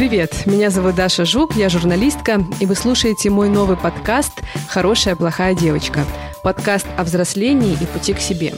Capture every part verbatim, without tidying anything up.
Привет, меня зовут Даша Жук, я журналистка, и вы слушаете мой новый подкаст «Хорошая, плохая девочка». Подкаст о взрослении и пути к себе.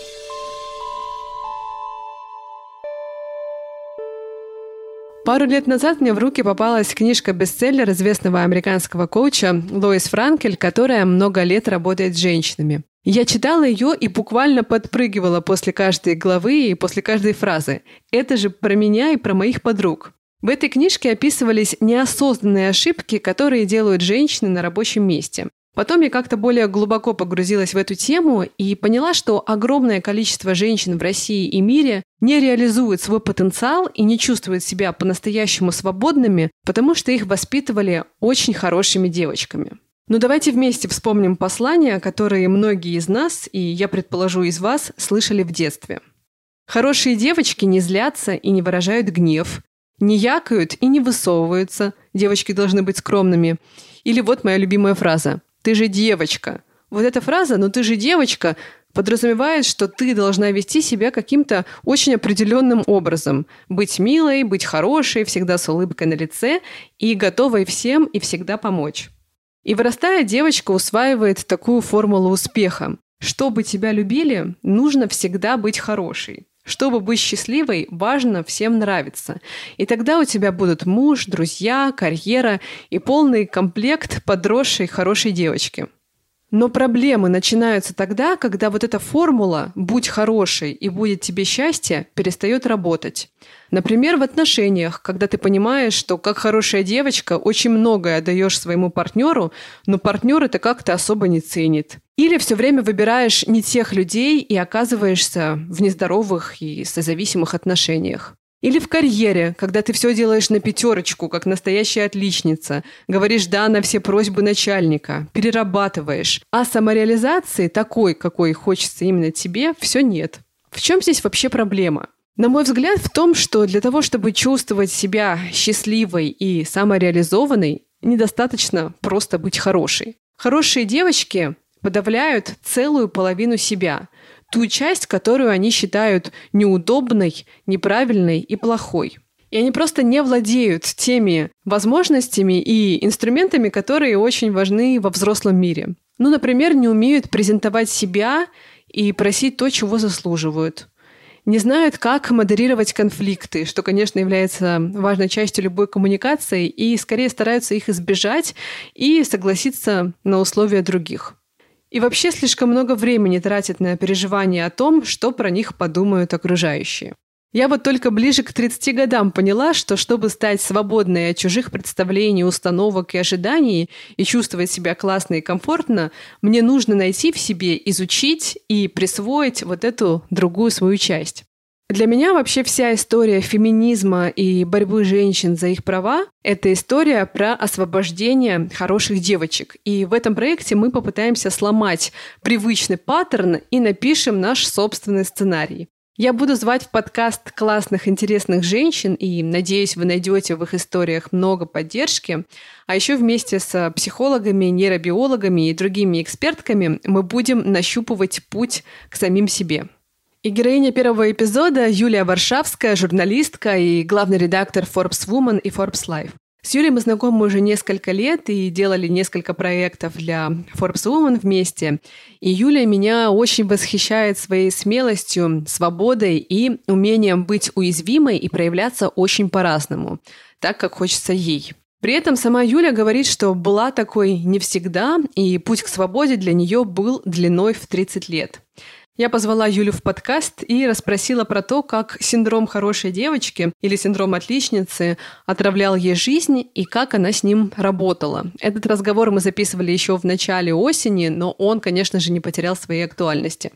Пару лет назад мне в руки попалась книжка-бестселлер известного американского коуча Лоис Франкель, которая много лет работает с женщинами. Я читала ее и буквально подпрыгивала после каждой главы и после каждой фразы. Это же про меня и про моих подруг. В этой книжке описывались неосознанные ошибки, которые делают женщины на рабочем месте. Потом я как-то более глубоко погрузилась в эту тему и поняла, что огромное количество женщин в России и мире не реализуют свой потенциал и не чувствуют себя по-настоящему свободными, потому что их воспитывали очень хорошими девочками. Но давайте вместе вспомним послания, которые многие из нас, и я предположу из вас, слышали в детстве. Хорошие девочки не злятся и не выражают гнев, не якают и не высовываются, девочки должны быть скромными. Или вот моя любимая фраза «ты же девочка». Вот эта фраза «ну ты же девочка» подразумевает, что ты должна вести себя каким-то очень определенным образом. Быть милой, быть хорошей, всегда с улыбкой на лице и готовой всем и всегда помочь. И вырастая, девочка усваивает такую формулу успеха. Чтобы тебя любили, нужно всегда быть хорошей. Чтобы быть счастливой, важно всем нравиться. И тогда у тебя будут муж, друзья, карьера и полный комплект подросшей хорошей девочки. Но проблемы начинаются тогда, когда вот эта формула «будь хорошей и будет тебе счастье» перестает работать. Например, в отношениях, когда ты понимаешь, что как хорошая девочка очень многое отдаешь своему партнеру, но партнер это как-то особо не ценит. Или все время выбираешь не тех людей и оказываешься в нездоровых и созависимых отношениях. Или в карьере, когда ты все делаешь на пятерочку, как настоящая отличница, говоришь «да» на все просьбы начальника, перерабатываешь, а самореализации такой, какой хочется именно тебе, все нет. В чем здесь вообще проблема? На мой взгляд, в том, что для того, чтобы чувствовать себя счастливой и самореализованной, недостаточно просто быть хорошей. Хорошие девочки подавляют целую половину себя, ту часть, которую они считают неудобной, неправильной и плохой. И они просто не владеют теми возможностями и инструментами, которые очень важны во взрослом мире. Ну, например, не умеют презентовать себя и просить то, чего заслуживают. Не знают, как модерировать конфликты, что, конечно, является важной частью любой коммуникации, и скорее стараются их избежать и согласиться на условия других. И вообще слишком много времени тратят на переживания о том, что про них подумают окружающие. Я вот только ближе к тридцати годам поняла, что чтобы стать свободной от чужих представлений, установок и ожиданий и чувствовать себя классно и комфортно, мне нужно найти в себе, изучить и присвоить вот эту другую свою часть. Для меня вообще вся история феминизма и борьбы женщин за их права – это история про освобождение хороших девочек. И в этом проекте мы попытаемся сломать привычный паттерн и напишем наш собственный сценарий. Я буду звать в подкаст классных, интересных женщин, и, надеюсь, вы найдете в их историях много поддержки. А еще вместе с психологами, нейробиологами и другими экспертками мы будем нащупывать путь к самим себе. И героиня первого эпизода Юлия Варшавская, журналистка и главный редактор Forbes Woman и Forbes Life. С Юлей мы знакомы уже несколько лет и делали несколько проектов для Forbes Woman вместе. И Юлия меня очень восхищает своей смелостью, свободой и умением быть уязвимой и проявляться очень по-разному, так, как хочется ей. При этом сама Юля говорит, что была такой не всегда, и путь к свободе для нее был длиной в тридцать лет. Я позвала Юлю в подкаст и расспросила про то, как синдром хорошей девочки или синдром отличницы отравлял ей жизнь и как она с ним работала. Этот разговор мы записывали еще в начале осени, но он, конечно же, не потерял своей актуальности.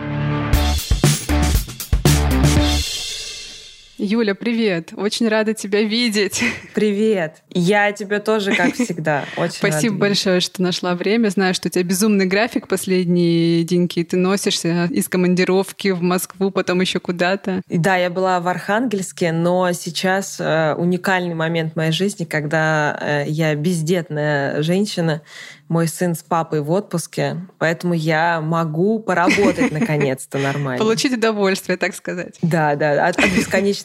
Юля, привет! Очень рада тебя видеть. Привет! Я тебя тоже, как всегда, очень Спасибо большое, что нашла время. Знаю, что у тебя безумный график последние деньки. Ты носишься из командировки в Москву, потом еще куда-то. Да, я была в Архангельске, но сейчас э, уникальный момент в моей жизни, когда э, я бездетная женщина, мой сын с папой в отпуске, поэтому я могу поработать наконец-то нормально. Получить удовольствие, так сказать. Да, да, от, от бесконечной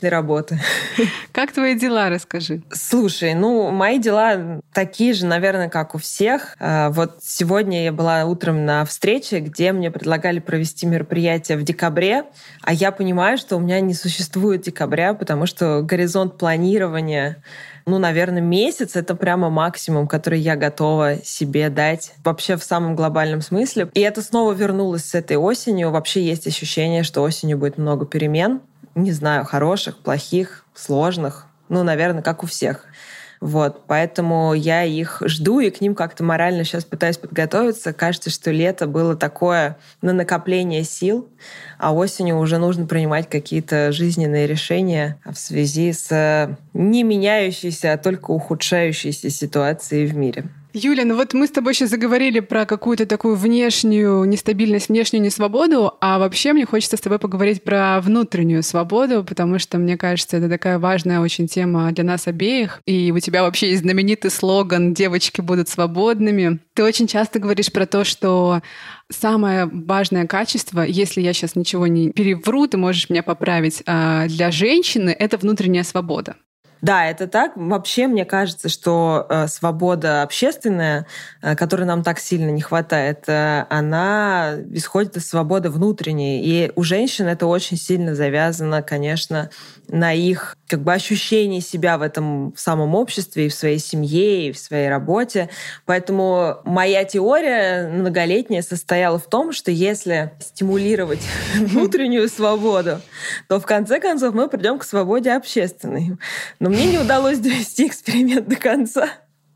обычной работы. Как твои дела, расскажи? Слушай, ну, мои дела такие же, наверное, как у всех. Вот сегодня я была утром на встрече, где мне предлагали провести мероприятие в декабре, а я понимаю, что у меня не существует декабря, потому что горизонт планирования, ну, наверное, месяц — это прямо максимум, который я готова себе дать вообще в самом глобальном смысле. И это снова вернулось с этой осенью. Вообще есть ощущение, что осенью будет много перемен. Не знаю, хороших, плохих, сложных. Ну, наверное, как у всех. Вот, поэтому я их жду и к ним как-то морально сейчас пытаюсь подготовиться. Кажется, что лето было такое на накопление сил, а осенью уже нужно принимать какие-то жизненные решения в связи с не меняющейся, а только ухудшающейся ситуацией в мире. Юля, ну вот мы с тобой сейчас заговорили про какую-то такую внешнюю нестабильность, внешнюю несвободу, а вообще мне хочется с тобой поговорить про внутреннюю свободу, потому что, мне кажется, это такая важная очень тема для нас обеих. И у тебя вообще есть знаменитый слоган «Девочки будут свободными». Ты очень часто говоришь про то, что самое важное качество, если я сейчас ничего не перевру, ты можешь меня поправить, для женщины — это внутренняя свобода. Да, это так. Вообще, мне кажется, что э, свобода общественная, э, которой нам так сильно не хватает, э, она исходит из свободы внутренней. И у женщин это очень сильно завязано, конечно, на их как бы ощущение себя в этом самом обществе, и в своей семье, и в своей работе. Поэтому моя теория многолетняя состояла в том, что если стимулировать внутреннюю свободу, то в конце концов мы придем к свободе общественной. Но мне не удалось довести эксперимент до конца,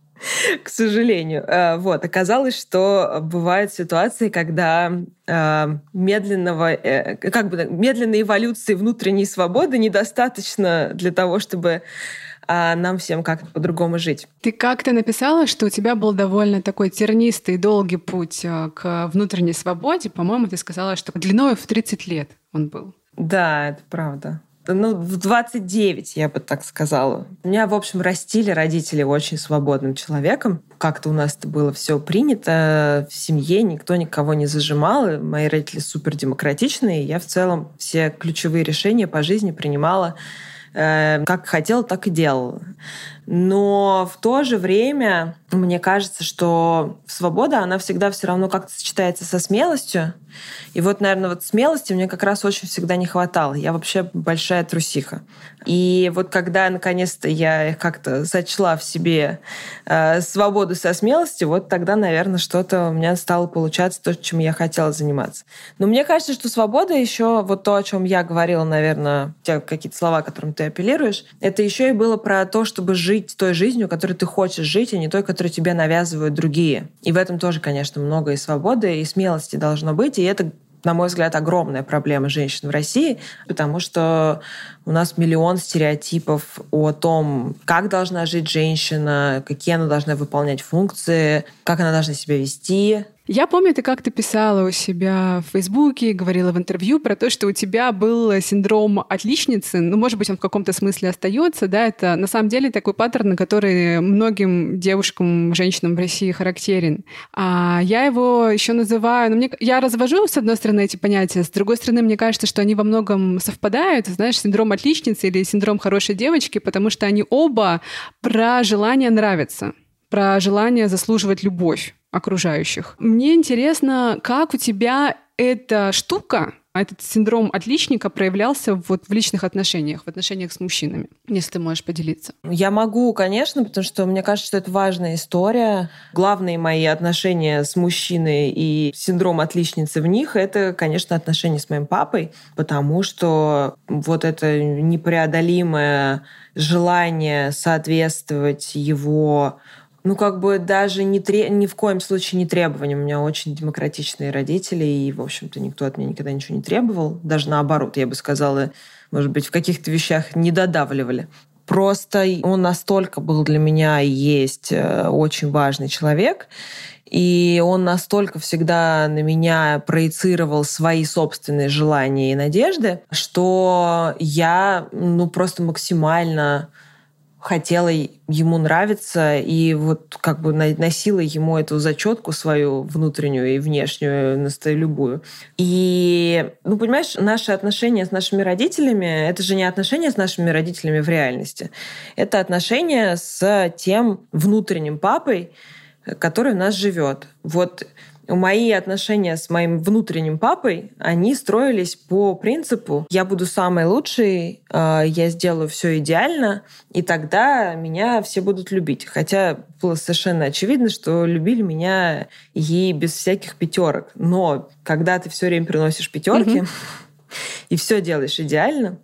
к сожалению. Вот. Оказалось, что бывают ситуации, когда медленного, как бы, медленной эволюции внутренней свободы недостаточно для того, чтобы нам всем как-то по-другому жить. Ты как-то написала, что у тебя был довольно такой тернистый, долгий путь к внутренней свободе. По-моему, ты сказала, что длиной в тридцать лет он был. Да, это правда. Ну, в двадцать девять, я бы так сказала. Меня, в общем, растили родители очень свободным человеком. Как-то у нас это было все принято в семье, никто никого не зажимал. Мои родители супердемократичные. Я в целом все ключевые решения по жизни принимала э, как хотела, так и делала. Но в то же время мне кажется, что свобода, она всегда все равно как-то сочетается со смелостью. И вот, наверное, вот смелости мне как раз очень всегда не хватало. Я вообще большая трусиха. И вот когда, наконец-то, я как-то сочла в себе э, свободу со смелостью, вот тогда, наверное, что-то у меня стало получаться, то, чем я хотела заниматься. Но мне кажется, что свобода еще, вот то, о чем я говорила, наверное, те какие-то слова, к которым ты апеллируешь, это еще и было про то, чтобы жить той жизнью, которой ты хочешь жить, а не той, которую тебе навязывают другие. И в этом тоже, конечно, много и свободы, и смелости должно быть. И это, на мой взгляд, огромная проблема женщин в России, потому что у нас миллион стереотипов о том, как должна жить женщина, какие она должна выполнять функции, как она должна себя вести. Я помню, ты как-то писала у себя в Фейсбуке, говорила в интервью про то, что у тебя был синдром отличницы. Ну, может быть, он в каком-то смысле остается, да? Это на самом деле такой паттерн, который многим девушкам, женщинам в России характерен. А я его еще называю... Ну, мне, я развожу, с одной стороны, эти понятия, с другой стороны, мне кажется, что они во многом совпадают. Знаешь, синдром отличницы или синдром хорошей девочки, потому что они оба про желание нравиться, про желание заслуживать любовь окружающих. Мне интересно, как у тебя эта штука, этот синдром отличника проявлялся вот в личных отношениях, в отношениях с мужчинами, если ты можешь поделиться. Я могу, конечно, потому что мне кажется, что это важная история. Главные мои отношения с мужчиной и синдром отличницы в них — это, конечно, отношения с моим папой, потому что вот это непреодолимое желание соответствовать его... Ну, как бы даже не тре... ни в коем случае не требованиям. У меня очень демократичные родители, и, в общем-то, никто от меня никогда ничего не требовал. Даже наоборот, я бы сказала, может быть, в каких-то вещах не додавливали. Просто он настолько был для меня и есть очень важный человек, и он настолько всегда на меня проецировал свои собственные желания и надежды, что я, ну, просто максимально... хотела ему нравиться и вот как бы носила ему эту зачетку свою внутреннюю и внешнюю, любую. И, ну, понимаешь, наши отношения с нашими родителями, это же не отношения с нашими родителями в реальности. Это отношения с тем внутренним папой, который в нас живет. Вот мои отношения с моим внутренним папой, они строились по принципу: я буду самой лучшей, я сделаю все идеально, и тогда меня все будут любить. Хотя было совершенно очевидно, что любили меня и без всяких пятерок. Но когда ты все время приносишь пятерки mm-hmm. и все делаешь идеально,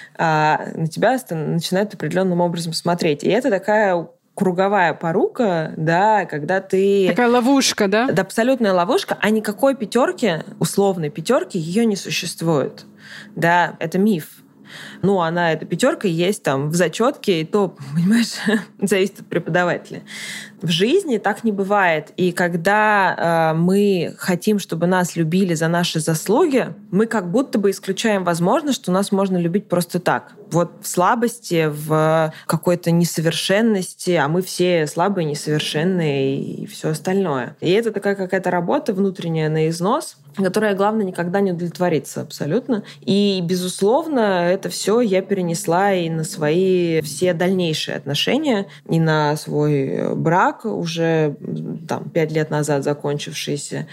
на тебя начинают определенным образом смотреть. И это такая круговая порука, да, когда ты... Такая ловушка, да? Да, абсолютная ловушка, а никакой пятерки, условной пятерки, ее не существует. Да, это миф. Ну, она, эта пятерка есть там в зачетке, и то, понимаешь, зависит от преподавателя. В жизни так не бывает. И когда э, мы хотим, чтобы нас любили за наши заслуги, мы как будто бы исключаем возможность, что нас можно любить просто так. Вот в слабости, в какой-то несовершенности, а мы все слабые, несовершенные и все остальное. И это такая какая-то работа внутренняя на износ, которая, главное, никогда не удовлетворится абсолютно. И, безусловно, это все я перенесла и на свои все дальнейшие отношения, и на свой брак, уже там, пять лет назад закончившийся,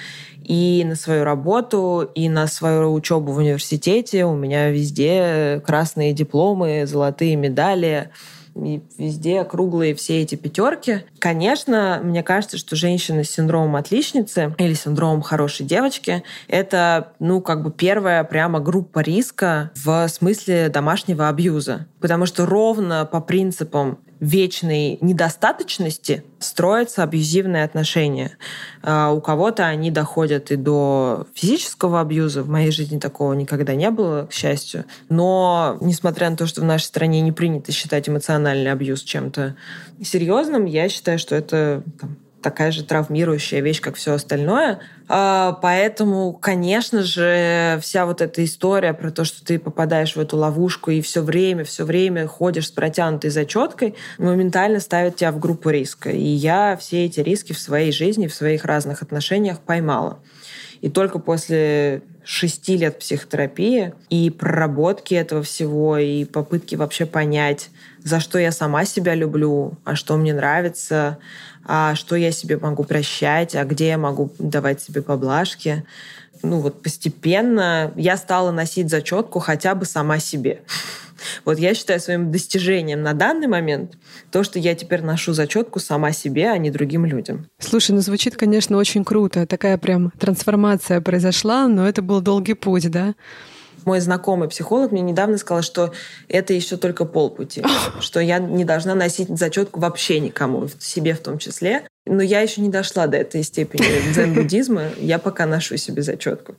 и на свою работу, и на свою учебу в университете. У меня везде красные дипломы, золотые медали, и везде круглые все эти пятерки. Конечно, мне кажется, что женщина с синдромом отличницы или синдромом хорошей девочки — это, ну, как бы первая прямо группа риска в смысле домашнего абьюза. Потому что ровно по принципам вечной недостаточности строятся абьюзивные отношения. У кого-то они доходят и до физического абьюза. В моей жизни такого никогда не было, к счастью. Но, несмотря на то, что в нашей стране не принято считать эмоциональный абьюз чем-то серьезным, я считаю, что это там такая же травмирующая вещь, как все остальное. Поэтому, конечно же, вся вот эта история про то, что ты попадаешь в эту ловушку и все время, все время ходишь с протянутой зачеткой, моментально ставит тебя в группу риска. И я все эти риски в своей жизни, в своих разных отношениях поймала. И только после шести лет психотерапии и проработки этого всего, и попытки вообще понять, за что я сама себя люблю, а что мне нравится, а что я себе могу прощать, а где я могу давать себе поблажки. Ну вот постепенно я стала носить зачетку хотя бы сама себе. Вот я считаю своим достижением на данный момент то, что я теперь ношу зачетку сама себе, а не другим людям. Слушай, ну звучит, конечно, очень круто. Такая прям трансформация произошла, но это был долгий путь, да? Мой знакомый психолог мне недавно сказал, что это еще только полпути, что я не должна носить зачетку вообще никому, себе в том числе. Но я еще не дошла до этой степени дзен-буддизма, я пока ношу себе зачетку.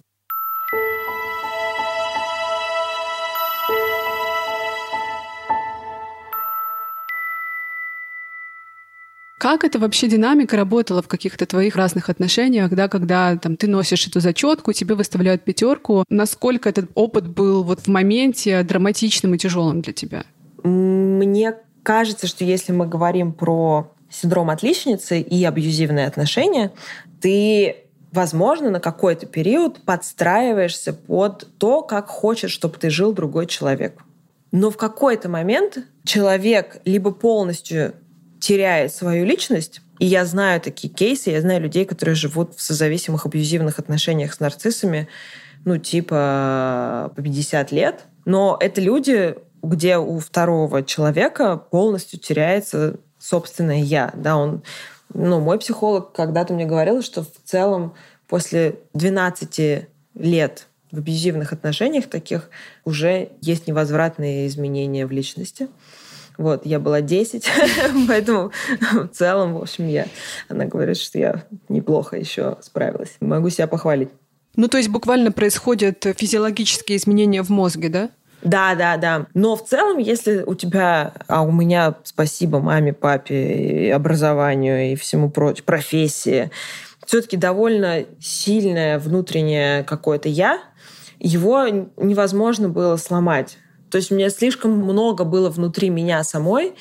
Как это вообще динамика работала в каких-то твоих разных отношениях, да, когда там, ты носишь эту зачетку, тебе выставляют пятерку? Насколько этот опыт был вот в моменте драматичным и тяжелым для тебя? Мне кажется, что если мы говорим про синдром отличницы и абьюзивные отношения, ты, возможно, на какой-то период подстраиваешься под то, как хочет, чтобы ты жил другой человек. Но в какой-то момент человек либо полностью теряет свою личность, и я знаю такие кейсы, я знаю людей, которые живут в созависимых абьюзивных отношениях с нарциссами, ну, типа по пятьдесят лет, но это люди, где у второго человека полностью теряется собственное «я». Да, он, ну, мой психолог когда-то мне говорил, что в целом после двенадцати лет в абьюзивных отношениях таких уже есть невозвратные изменения в личности. Вот, я была десять, поэтому в целом, в общем, я... Она говорит, что я неплохо еще справилась. Могу себя похвалить. Ну, то есть буквально происходят физиологические изменения в мозге, да? Да, да, да. Но в целом, если у тебя, а у меня, спасибо маме, папе, и образованию и всему прочему, профессии, все-таки довольно сильное внутреннее какое-то «я», его невозможно было сломать. То есть у меня слишком много было внутри меня самой,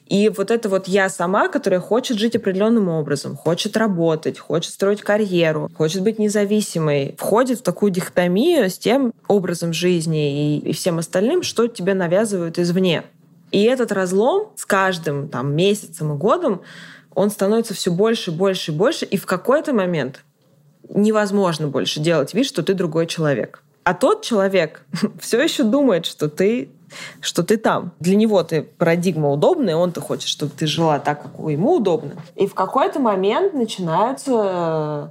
И вот это вот я сама, которая хочет жить определенным образом, хочет работать, хочет строить карьеру, хочет быть независимой, входит в такую дихотомию с тем образом жизни и, и всем остальным, что тебе навязывают извне. И этот разлом с каждым там, месяцем и годом, он становится все больше, больше и больше, и в какой-то момент невозможно больше делать вид, что ты другой человек. А тот человек все еще думает, что ты, что ты там. Для него ты парадигма удобная, он-то хочет, чтобы ты жила так, как ему удобно. И в какой-то момент начинаются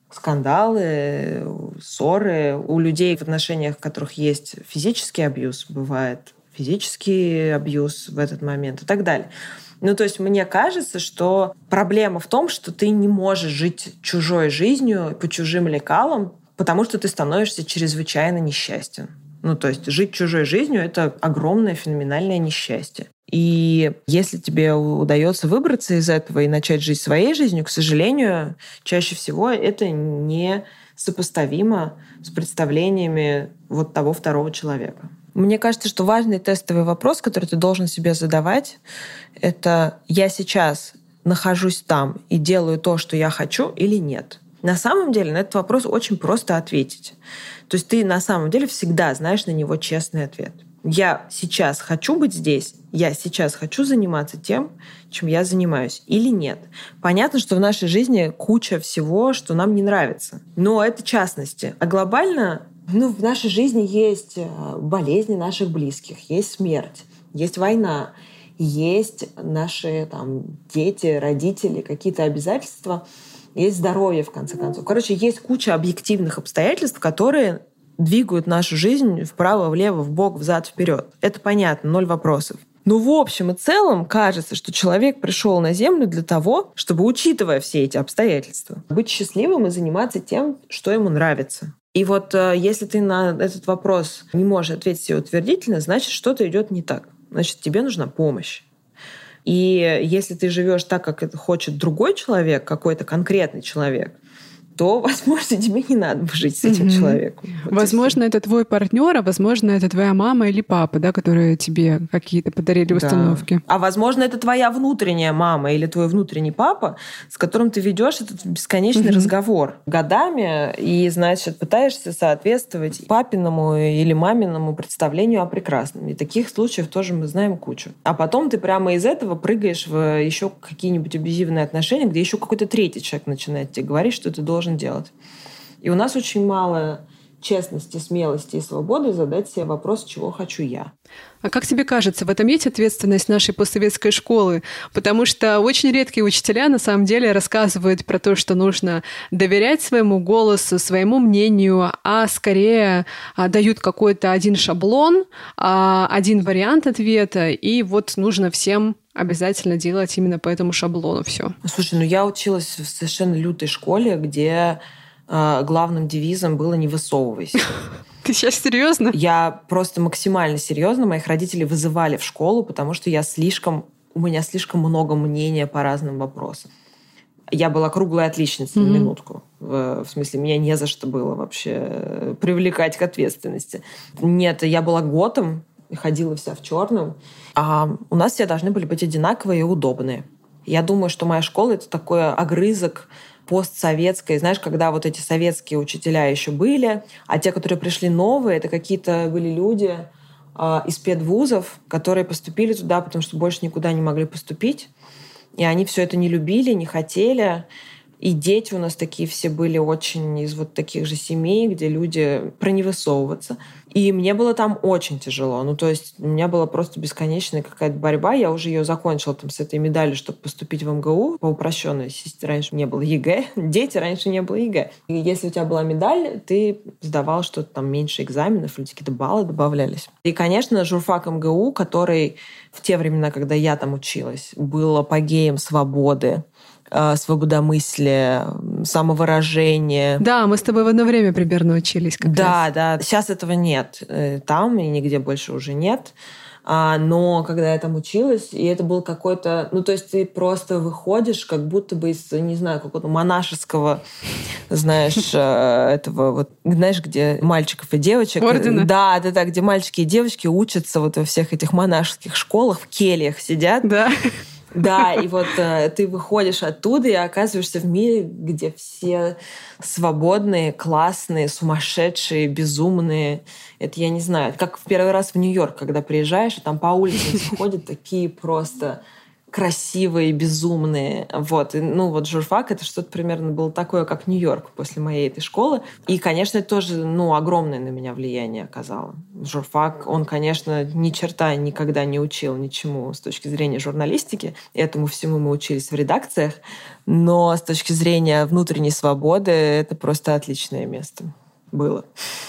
скандалы, ссоры у людей, в отношениях в которых есть физический абьюз, бывает физический абьюз в этот момент и так далее. Ну, то есть мне кажется, что проблема в том, что ты не можешь жить чужой жизнью по чужим лекалам, потому что ты становишься чрезвычайно несчастен. Ну, то есть жить чужой жизнью — это огромное феноменальное несчастье. И если тебе удается выбраться из этого и начать жить своей жизнью, к сожалению, чаще всего это не сопоставимо с представлениями вот того второго человека. Мне кажется, что важный тестовый вопрос, который ты должен себе задавать, это «я сейчас нахожусь там и делаю то, что я хочу, или нет?» На самом деле на этот вопрос очень просто ответить. То есть ты на самом деле всегда знаешь на него честный ответ. Я сейчас хочу быть здесь, я сейчас хочу заниматься тем, чем я занимаюсь, или нет. Понятно, что в нашей жизни куча всего, что нам не нравится. Но это частности. А глобально, ну, в нашей жизни есть болезни наших близких, есть смерть, есть война, есть наши там, дети, родители, какие-то обязательства, есть здоровье, в конце концов. Короче, есть куча объективных обстоятельств, которые двигают нашу жизнь вправо, влево, вбок, взад, вперед. Это понятно, ноль вопросов. Но в общем и целом кажется, что человек пришел на Землю для того, чтобы, учитывая все эти обстоятельства, быть счастливым и заниматься тем, что ему нравится. И вот если ты на этот вопрос не можешь ответить себе утвердительно, значит, что-то идет не так. Значит, тебе нужна помощь. И если ты живешь так, как это хочет другой человек, какой-то конкретный человек, то, возможно, тебе не надо жить с этим mm-hmm. человеком. Вот возможно, это твой партнер, а возможно, это твоя мама или папа, да, которые тебе какие-то подарили установки. Да. А возможно, это твоя внутренняя мама или твой внутренний папа, с которым ты ведешь этот бесконечный mm-hmm. разговор годами и, значит, пытаешься соответствовать папиному или маминому представлению о прекрасном. И таких случаев тоже мы знаем кучу. А потом ты прямо из этого прыгаешь в еще какие-нибудь абьюзивные отношения, где еще какой-то третий человек начинает тебе говорить, что ты должен делать. И у нас очень мало честности, смелости и свободы задать себе вопрос, чего хочу я. А как тебе кажется, в этом есть ответственность нашей постсоветской школы? Потому что очень редкие учителя на самом деле рассказывают про то, что нужно доверять своему голосу, своему мнению, а скорее дают какой-то один шаблон, один вариант ответа, и вот нужно всем обязательно делать именно по этому шаблону все. Слушай, ну я училась в совершенно лютой школе, где э, главным девизом было «не высовывайся». Ты сейчас серьезно? Я просто максимально серьезно. Моих родителей вызывали в школу, потому что я слишком, у меня слишком много мнения по разным вопросам. Я была круглой отличницей, mm-hmm. на минутку. В, в смысле, меня не за что было вообще привлекать к ответственности. Нет, я была готом, ходила вся в черном. А у нас все должны были быть одинаковые и удобные. Я думаю, что моя школа — это такой огрызок постсоветской. Знаешь, когда вот эти советские учителя еще были, а те, которые пришли новые, это какие-то были люди э, из педвузов, которые поступили туда, потому что больше никуда не могли поступить. И они все это не любили, не хотели. И дети у нас такие все были очень из вот таких же семей, где люди про не высовываться. И мне было там очень тяжело. Ну, то есть у меня была просто бесконечная какая-то борьба. Я уже ее закончила там с этой медалью, чтобы поступить в эм гэ у по упрощенной системе. Раньше не было е гэ. Дети, раньше не было е гэ. И если у тебя была медаль, ты сдавал что-то там меньше экзаменов, или какие-то баллы добавлялись. И, конечно, журфак эм гэ у, который в те времена, когда я там училась, был апогеем свободы, свободомыслие, самовыражение. Да, мы с тобой в одно время примерно учились. Как да, раз. да. Сейчас этого нет. Там и нигде больше уже нет. А, но когда я там училась, и это был какой-то... Ну, то есть ты просто выходишь как будто бы из, не знаю, какого-то монашеского, знаешь, этого вот... Знаешь, где мальчиков и девочек... Ордена. Да, да, да, где мальчики и девочки учатся вот во всех этих монашеских школах, в кельях сидят. Да. Да, и вот э, ты выходишь оттуда и оказываешься в мире, где все свободные, классные, сумасшедшие, безумные. Это, я не знаю, это как в первый раз в Нью-Йорк, когда приезжаешь, и там по улицам все ходят такие просто красивые, безумные. Вот. И, ну, вот журфак — это что-то примерно было такое, как Нью-Йорк после моей этой школы. И, конечно, это тоже, ну, огромное на меня влияние оказало. Журфак, он, конечно, ни черта никогда не учил ничему с точки зрения журналистики. Этому всему мы учились в редакциях. Но с точки зрения внутренней свободы это просто отличное место было.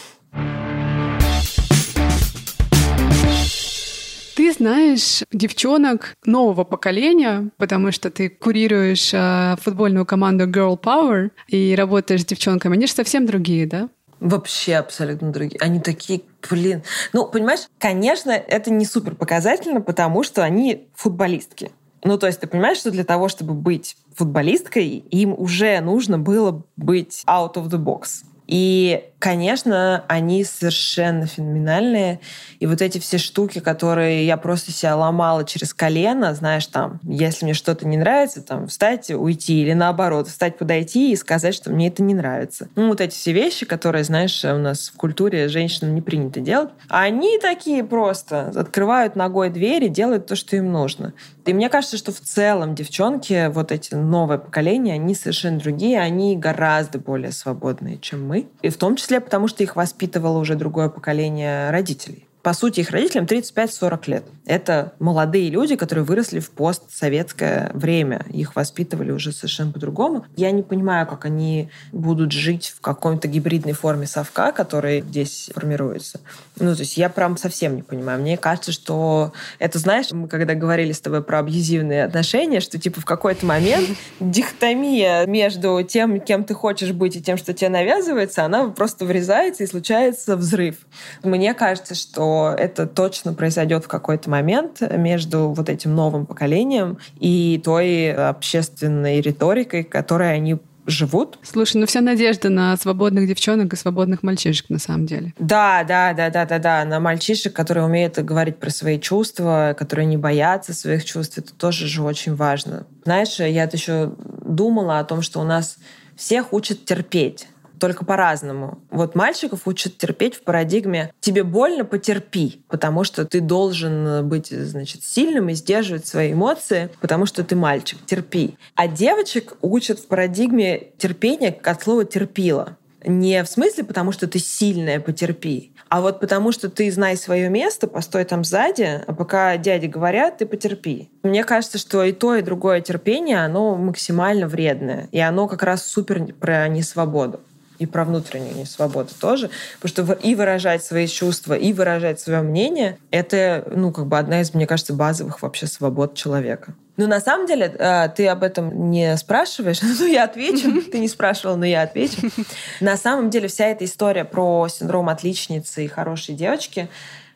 Ты знаешь девчонок нового поколения, потому что ты курируешь э, футбольную команду Girl Power и работаешь с девчонками. Они же совсем другие, да? Вообще абсолютно другие. Они такие, блин... Ну, понимаешь, конечно, это не супер показательно, потому что они футболистки. Ну, то есть ты понимаешь, что для того, чтобы быть футболисткой, им уже нужно было быть out of the box. И, конечно, они совершенно феноменальные. И вот эти все штуки, которые я просто себя ломала через колено, знаешь, там, если мне что-то не нравится, там, встать, уйти, или наоборот, встать, подойти и сказать, что мне это не нравится. Ну, вот эти все вещи, которые, знаешь, у нас в культуре женщинам не принято делать, они такие просто открывают ногой двери, делают то, что им нужно. И мне кажется, что в целом девчонки, вот эти новое поколение, они совершенно другие, они гораздо более свободные, чем мы. И в том числе потому, что их воспитывало уже другое поколение родителей. По сути, их родителям тридцать пять сорок лет. Это молодые люди, которые выросли в постсоветское время. Их воспитывали уже совершенно по-другому. Я не понимаю, как они будут жить в какой-то гибридной форме совка, который здесь формируется. Ну, то есть я прям совсем не понимаю. Мне кажется, что это, знаешь, мы когда говорили с тобой про абьюзивные отношения, что типа в какой-то момент дихотомия между тем, кем ты хочешь быть, и тем, что тебе навязывается, она просто врезается, и случается взрыв. Мне кажется, что это точно произойдет в какой-то момент между вот этим новым поколением и той общественной риторикой, которой они живут. Слушай, ну вся надежда на свободных девчонок и свободных мальчишек на самом деле. Да, да, да, да, да, да. На мальчишек, которые умеют говорить про свои чувства, которые не боятся своих чувств, это тоже же очень важно. Знаешь, я еще думала о том, что у нас всех учат терпеть. Только по-разному. Вот мальчиков учат терпеть в парадигме «тебе больно, потерпи», потому что ты должен быть, значит, сильным и сдерживать свои эмоции, потому что ты мальчик, терпи. А девочек учат в парадигме терпения от слова «терпила». Не в смысле потому, что ты сильная, потерпи, а вот потому, что ты знай свое место, постой там сзади, а пока дяди говорят, ты потерпи. Мне кажется, что и то, и другое терпение, оно максимально вредное. И оно как раз супер про несвободу. И про внутреннюю несвободу тоже. Потому что и выражать свои чувства, и выражать свое мнение — это, ну, как бы одна из, мне кажется, базовых вообще свобод человека. Ну, на самом деле, ты об этом не спрашиваешь, но я отвечу. Ты не спрашивала, но я отвечу. На самом деле, вся эта история про синдром отличницы и хорошей девочки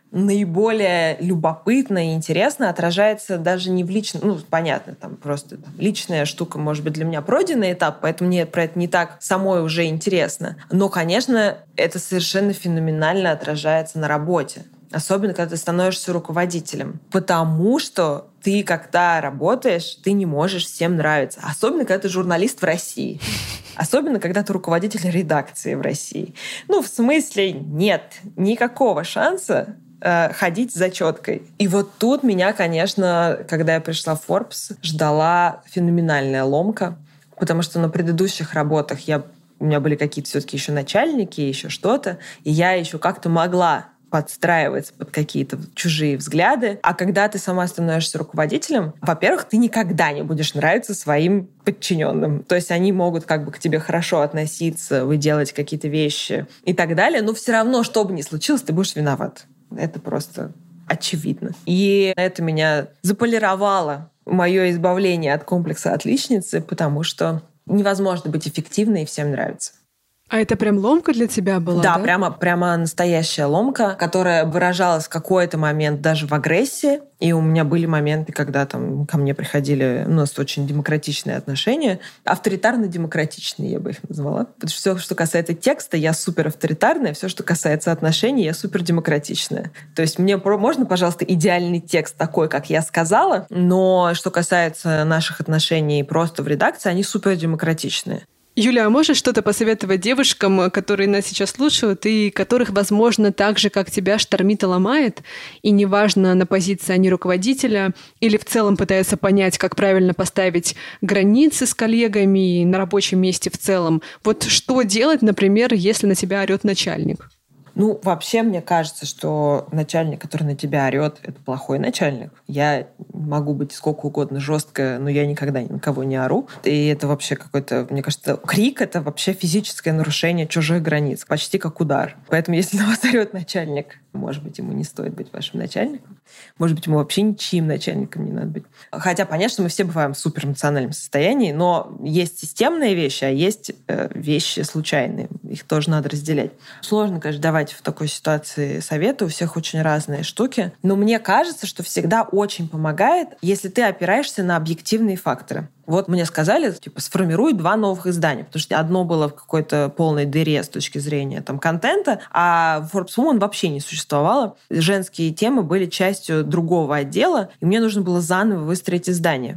наиболее любопытно и интересно отражается даже не в личном... Ну, понятно, там просто там, личная штука, может быть, для меня пройденный этап, поэтому мне про это не так самой уже интересно. Но, конечно, это совершенно феноменально отражается на работе. Особенно, когда ты становишься руководителем. Потому что ты, когда работаешь, ты не можешь всем нравиться. Особенно, когда ты журналист в России. Особенно, когда ты руководитель редакции в России. Ну, в смысле, нет никакого шанса ходить с зачеткой. И вот тут меня, конечно, когда я пришла в Forbes, ждала феноменальная ломка, потому что на предыдущих работах я, у меня были какие-то все-таки еще начальники, еще что-то, и я еще как-то могла подстраиваться под какие-то чужие взгляды. А когда ты сама становишься руководителем, во-первых, ты никогда не будешь нравиться своим подчиненным. То есть они могут как бы к тебе хорошо относиться, вы делаете какие-то вещи и так далее, но все равно, что бы ни случилось, ты будешь виноват. Это просто очевидно. И это меня заполировало, мое избавление от комплекса отличницы, потому что невозможно быть эффективной и всем нравится. А это прям ломка для тебя была, да? Да, прямо, прямо настоящая ломка, которая выражалась в какой-то момент даже в агрессии. И у меня были моменты, когда там ко мне приходили... У нас очень демократичные отношения. Авторитарно-демократичные, я бы их назвала. Потому что все, что касается текста, я супер авторитарная. Все, что касается отношений, я супер демократичная. То есть мне можно, пожалуйста, идеальный текст такой, как я сказала, но что касается наших отношений просто в редакции, они супер демократичные. Юля, а можешь что-то посоветовать девушкам, которые нас сейчас слушают, и которых, возможно, так же, как тебя, штормит и ломает, и неважно, на позиции они руководителя, или в целом пытаются понять, как правильно поставить границы с коллегами и на рабочем месте в целом. Вот что делать, например, если на тебя орет начальник? Ну, вообще, мне кажется, что начальник, который на тебя орет, это плохой начальник. Я могу быть сколько угодно жесткая, но я никогда ни на кого не ору. И это вообще какой-то, мне кажется, крик — это вообще физическое нарушение чужих границ, почти как удар. Поэтому если на вас орет начальник, может быть, ему не стоит быть вашим начальником. Может быть, ему вообще ничьим начальником не надо быть. Хотя, понятно, мы все бываем в суперэмоциональном состоянии, но есть системные вещи, а есть э, вещи случайные. Их тоже надо разделять. Сложно, конечно, давать в такой ситуации советы. У всех очень разные штуки. Но мне кажется, что всегда очень помогает, если ты опираешься на объективные факторы. Вот мне сказали, типа, сформируй два новых издания, потому что одно было в какой-то полной дыре с точки зрения там, контента, а в Forbes Woman вообще не существовало. Женские темы были частью другого отдела, и мне нужно было заново выстроить издание.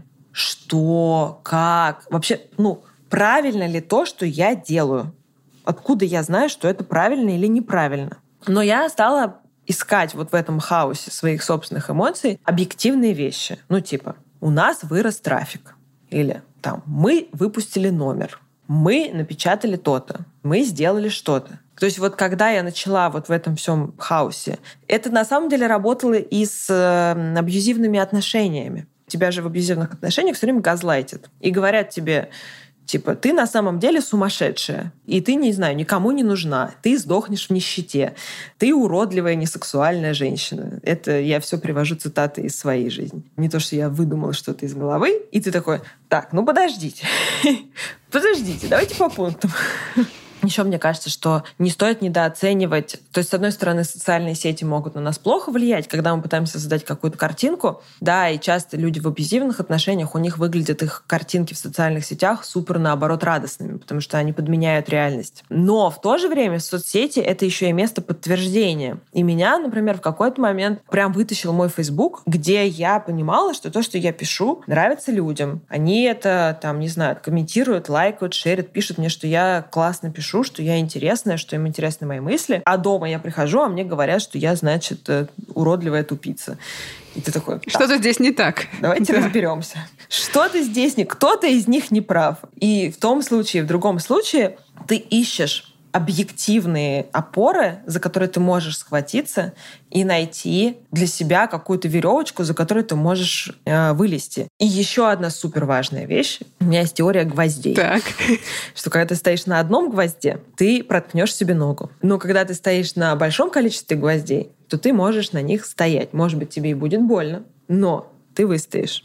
Что? Как? Вообще, ну, правильно ли то, что я делаю? Откуда я знаю, что это правильно или неправильно? Но я стала искать вот в этом хаосе своих собственных эмоций объективные вещи. Ну, типа, у нас вырос трафик. Или там мы выпустили номер, мы напечатали то-то, мы сделали что-то. То есть вот когда я начала вот в этом всем хаосе, это на самом деле работало и с э, абьюзивными отношениями. Тебя же в абьюзивных отношениях все время газлайтят. И говорят тебе, типа, ты на самом деле сумасшедшая, и ты, не знаю, никому не нужна, ты сдохнешь в нищете, ты уродливая, несексуальная женщина. Это я все привожу цитаты из своей жизни. Не то, что я выдумала что-то из головы, и ты такой, так, ну подождите, подождите, давайте по пунктам. Еще мне кажется, что не стоит недооценивать. То есть, с одной стороны, социальные сети могут на нас плохо влиять, когда мы пытаемся создать какую-то картинку. Да, и часто люди в абьюзивных отношениях, у них выглядят их картинки в социальных сетях супер, наоборот, радостными, потому что они подменяют реальность. Но в то же время соцсети — это еще и место подтверждения. И меня, например, в какой-то момент прям вытащил мой Facebook, где я понимала, что то, что я пишу, нравится людям. Они это, там, не знаю, комментируют, лайкают, шерят, пишут мне, что я классно пишу, что я интересная, что им интересны мои мысли. А дома я прихожу, а мне говорят, что я, значит, уродливая тупица. И ты такой... Что-то здесь не так. Давайте да. разберемся. Что-то здесь не... Кто-то из них не прав. И в том случае, в другом случае ты ищешь объективные опоры, за которые ты можешь схватиться и найти для себя какую-то веревочку, за которую ты можешь э, вылезти. И еще одна супер важная вещь. У меня есть теория гвоздей. Так. Что когда ты стоишь на одном гвозде, ты проткнешь себе ногу. Но когда ты стоишь на большом количестве гвоздей, то ты можешь на них стоять. Может быть, тебе и будет больно, но ты выстоишь.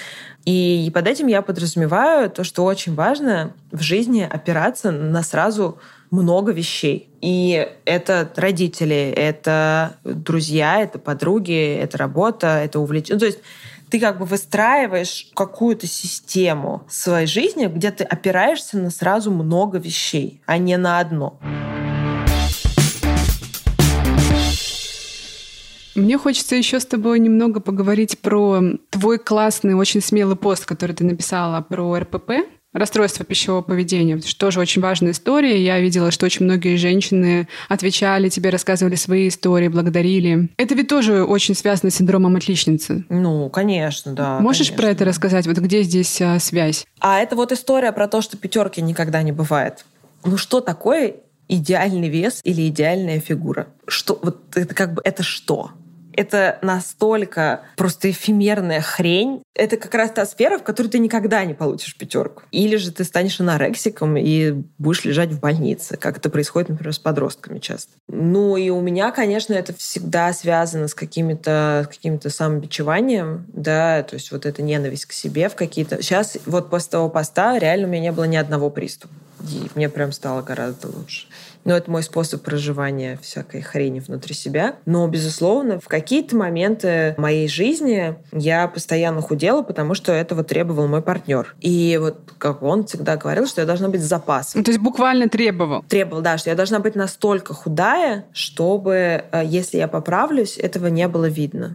И под этим я подразумеваю то, что очень важно в жизни опираться на сразу много вещей. И это родители, это друзья, это подруги, это работа, это увлечение. Ну, то есть ты как бы выстраиваешь какую-то систему своей жизни, где ты опираешься на сразу много вещей, а не на одно. Мне хочется еще с тобой немного поговорить про твой классный, очень смелый пост, который ты написала про эр пэ пэ, расстройство пищевого поведения. Это тоже очень важная история. Я видела, что очень многие женщины отвечали тебе, рассказывали свои истории, благодарили. Это ведь тоже очень связано с синдромом отличницы. Ну, конечно, да. Можешь конечно. про это рассказать? Вот где здесь а, связь? А это вот история про то, что пятерки никогда не бывает. Ну, что такое идеальный вес или идеальная фигура? Что? Вот это как бы это что? Это настолько просто эфемерная хрень. Это как раз та сфера, в которой ты никогда не получишь пятерку. Или же ты станешь анорексиком и будешь лежать в больнице, как это происходит, например, с подростками часто. Ну и у меня, конечно, это всегда связано с какими-то, с каким-то самобичеванием, да, то есть вот эта ненависть к себе в какие-то... Сейчас вот после того поста реально у меня не было ни одного приступа. И мне прям стало гораздо лучше. Но это мой способ проживания всякой хрени внутри себя. Но, безусловно, в какие-то моменты моей жизни я постоянно худела, потому что этого требовал мой партнер. И вот как он всегда говорил, что я должна быть с запасом. То есть буквально требовал? Требовал, да, что я должна быть настолько худая, чтобы, если я поправлюсь, этого не было видно.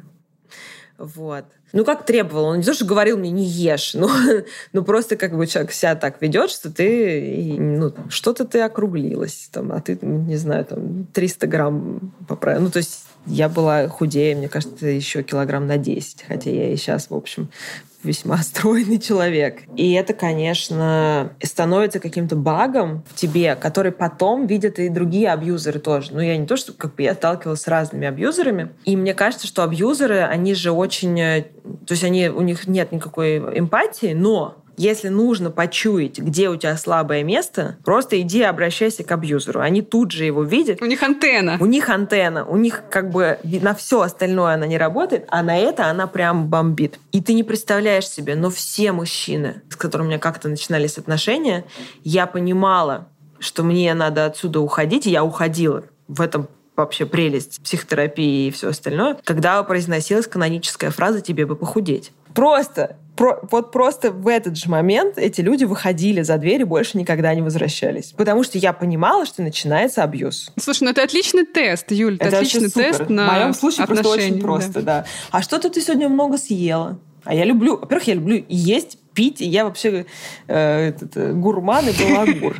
Вот. Ну, как требовал. Он не то, что говорил мне, не ешь, но, но просто как бы человек себя так ведет, что ты, ну, что-то ты округлилась, там, а ты, не знаю, там, триста грамм поправила. Ну, то есть я была худее, мне кажется, еще килограмм на десять, хотя я и сейчас, в общем, весьма стройный человек. И это, конечно, становится каким-то багом в тебе, который потом видят и другие абьюзеры тоже. Ну, я не то, что как бы я сталкивалась с разными абьюзерами. И мне кажется, что абьюзеры, они же очень... То есть они, у них нет никакой эмпатии, но... Если нужно почуять, где у тебя слабое место, просто иди обращайся к абьюзеру. Они тут же его видят. У них антенна. У них антенна. У них как бы на все остальное она не работает, а на это она прям бомбит. И ты не представляешь себе, но все мужчины, с которыми у меня как-то начинались отношения, я понимала, что мне надо отсюда уходить, и я уходила. В этом вообще прелесть психотерапии и все остальное, когда произносилась каноническая фраза «тебе бы похудеть». Просто, про, вот просто в этот же момент эти люди выходили за дверь и больше никогда не возвращались. Потому что я понимала, что начинается абьюз. Слушай, ну это отличный тест, Юль. Это, это отличный тест на В моем случае отношения, просто очень просто, да. да. А что-то ты сегодня много съела. А я люблю... Во-первых, я люблю есть, пить, и я вообще э, этот, гурман и балагур.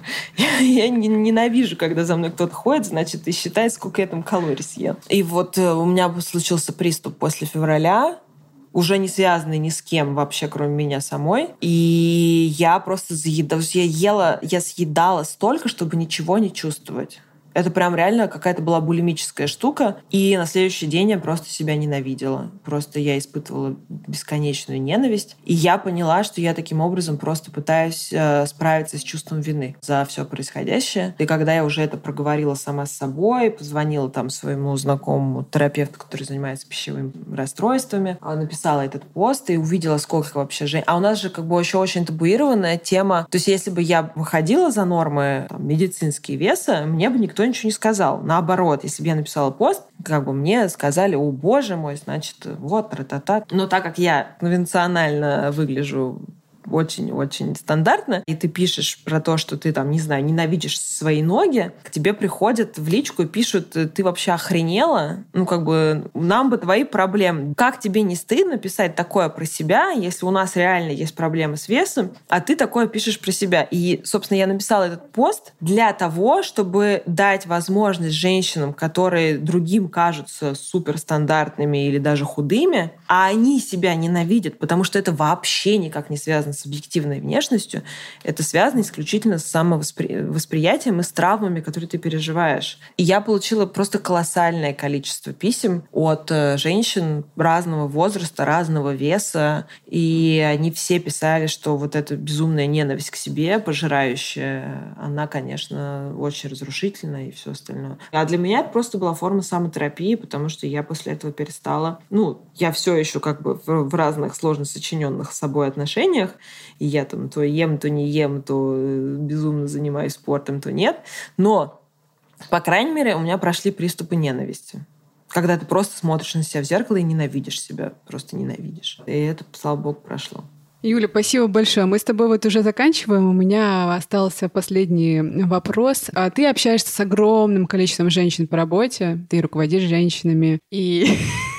Я ненавижу, когда за мной кто-то ходит, значит, и считает, сколько я там калорий съел. И вот у меня случился приступ после февраля, уже не связанный ни с кем вообще, кроме меня самой. И я просто заедала. Я ела, я съедала столько, чтобы ничего не чувствовать. Это прям реально какая-то была булимическая штука. И на следующий день я просто себя ненавидела. Просто я испытывала бесконечную ненависть. И я поняла, что я таким образом просто пытаюсь э, справиться с чувством вины за все происходящее. И когда я уже это проговорила сама с собой, позвонила там своему знакомому терапевту, который занимается пищевыми расстройствами, написала этот пост и увидела, сколько вообще женщин. А у нас же как бы еще очень табуированная тема. То есть если бы я выходила за нормы там, медицинские веса, мне бы никто ничего не сказал. Наоборот, если бы я написала пост, как бы мне сказали: о, боже мой, значит, вот, тра-та-та. Но так как я конвенционально выгляжу очень-очень стандартно, и ты пишешь про то, что ты там, не знаю, ненавидишь свои ноги, к тебе приходят в личку и пишут: ты вообще охренела? Ну, как бы, нам бы твои проблемы. Как тебе не стыдно писать такое про себя, если у нас реально есть проблемы с весом, а ты такое пишешь про себя? И, собственно, я написала этот пост для того, чтобы дать возможность женщинам, которые другим кажутся суперстандартными или даже худыми, а они себя ненавидят, потому что это вообще никак не связано с объективной внешностью, это связано исключительно с самовосприятием и с травмами, которые ты переживаешь. И я получила просто колоссальное количество писем от женщин разного возраста, разного веса, и они все писали, что вот эта безумная ненависть к себе, пожирающая, она, конечно, очень разрушительна и все остальное. А для меня это просто была форма самотерапии, потому что я после этого перестала... Ну, я все еще как бы в разных сложно сочиненных с собой отношениях, и я там то ем, то не ем, то безумно занимаюсь спортом, то нет. Но, по крайней мере, у меня прошли приступы ненависти. Когда ты просто смотришь на себя в зеркало и ненавидишь себя. Просто ненавидишь. И это, слава богу, прошло. Юля, спасибо большое. Мы с тобой вот уже заканчиваем. У меня остался последний вопрос. Ты общаешься с огромным количеством женщин по работе. Ты руководишь женщинами. И...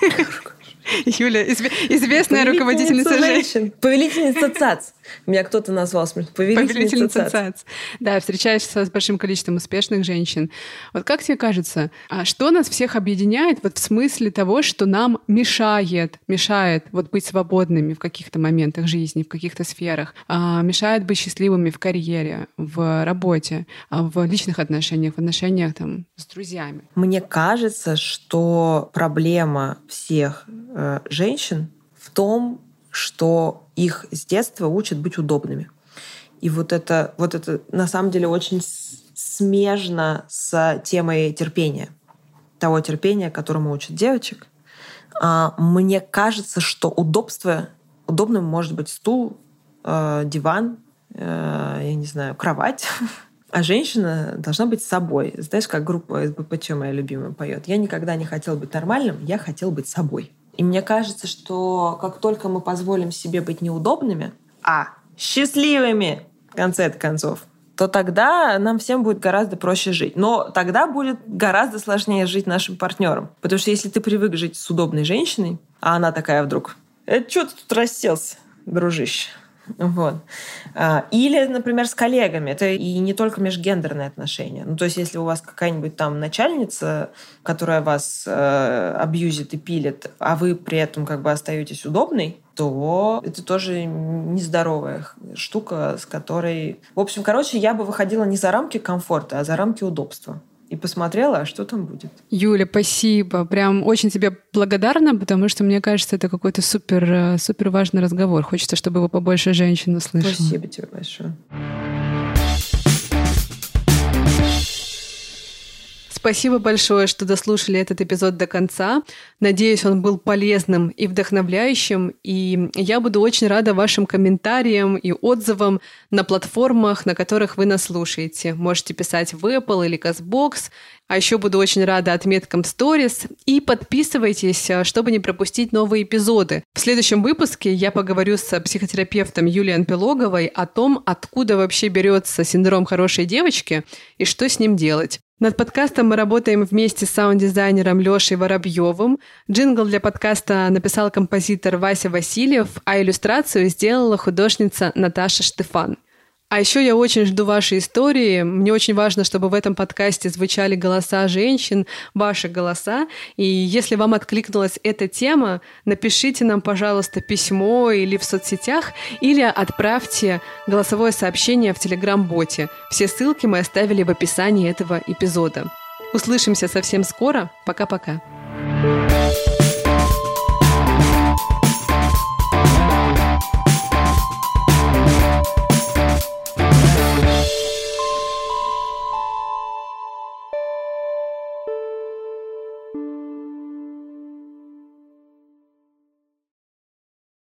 Юля, известная руководительница женщин. Повелительница ЦАЦ. Меня кто-то назвал повелительница, повелительница ЦАЦ. Да, встречаешься с большим количеством успешных женщин. Вот как тебе кажется, а что нас всех объединяет вот в смысле того, что нам мешает, мешает вот быть свободными в каких-то моментах жизни, в каких-то сферах, а мешает быть счастливыми в карьере, в работе, в личных отношениях, в отношениях там с друзьями? Мне кажется, что проблема всех э, женщин в том, что их с детства учат быть удобными. И вот это, вот это на самом деле очень смежно с темой терпения. Того терпения, которому учат девочек. А, мне кажется, что удобство, удобным может быть стул, э, диван, э, я не знаю, кровать. А женщина должна быть собой. Знаешь, как группа эс бэ пэ че моя любимая поет. Я никогда не хотел быть нормальным, я хотел быть собой. И мне кажется, что как только мы позволим себе быть неудобными, а счастливыми, в конце концов, то тогда нам всем будет гораздо проще жить. Но тогда будет гораздо сложнее жить нашим партнерам. Потому что если ты привык жить с удобной женщиной, а она такая вдруг: «Это что ты тут расселся, дружище?» Вот. Или, например, с коллегами. Это и не только межгендерные отношения. Ну, то есть, если у вас какая-нибудь там начальница, которая вас э, абьюзит и пилит, а вы при этом как бы остаетесь удобной, то это тоже нездоровая штука, с которой... В общем, короче, я бы выходила не за рамки комфорта, а за рамки удобства. И посмотрела, а что там будет. Юля, спасибо. Прям очень тебе благодарна, потому что, мне кажется, это какой-то супер, супер важный разговор. Хочется, чтобы его побольше женщин услышало. Спасибо тебе большое. Спасибо большое, что дослушали этот эпизод до конца. Надеюсь, он был полезным и вдохновляющим. И я буду очень рада вашим комментариям и отзывам на платформах, на которых вы нас слушаете. Можете писать в Apple или Castbox. А еще буду очень рада отметкам Stories. И подписывайтесь, чтобы не пропустить новые эпизоды. В следующем выпуске я поговорю с психотерапевтом Юлией Анпилоговой о том, откуда вообще берется синдром хорошей девочки и что с ним делать. Над подкастом мы работаем вместе с саунд-дизайнером Лешей Воробьевым. Джингл для подкаста написал композитор Вася Васильев, а иллюстрацию сделала художница Наташа Штефан. А еще я очень жду ваши истории. Мне очень важно, чтобы в этом подкасте звучали голоса женщин, ваши голоса. И если вам откликнулась эта тема, напишите нам, пожалуйста, письмо или в соцсетях, или отправьте голосовое сообщение в Telegram-боте. Все ссылки мы оставили в описании этого эпизода. Услышимся совсем скоро. Пока-пока.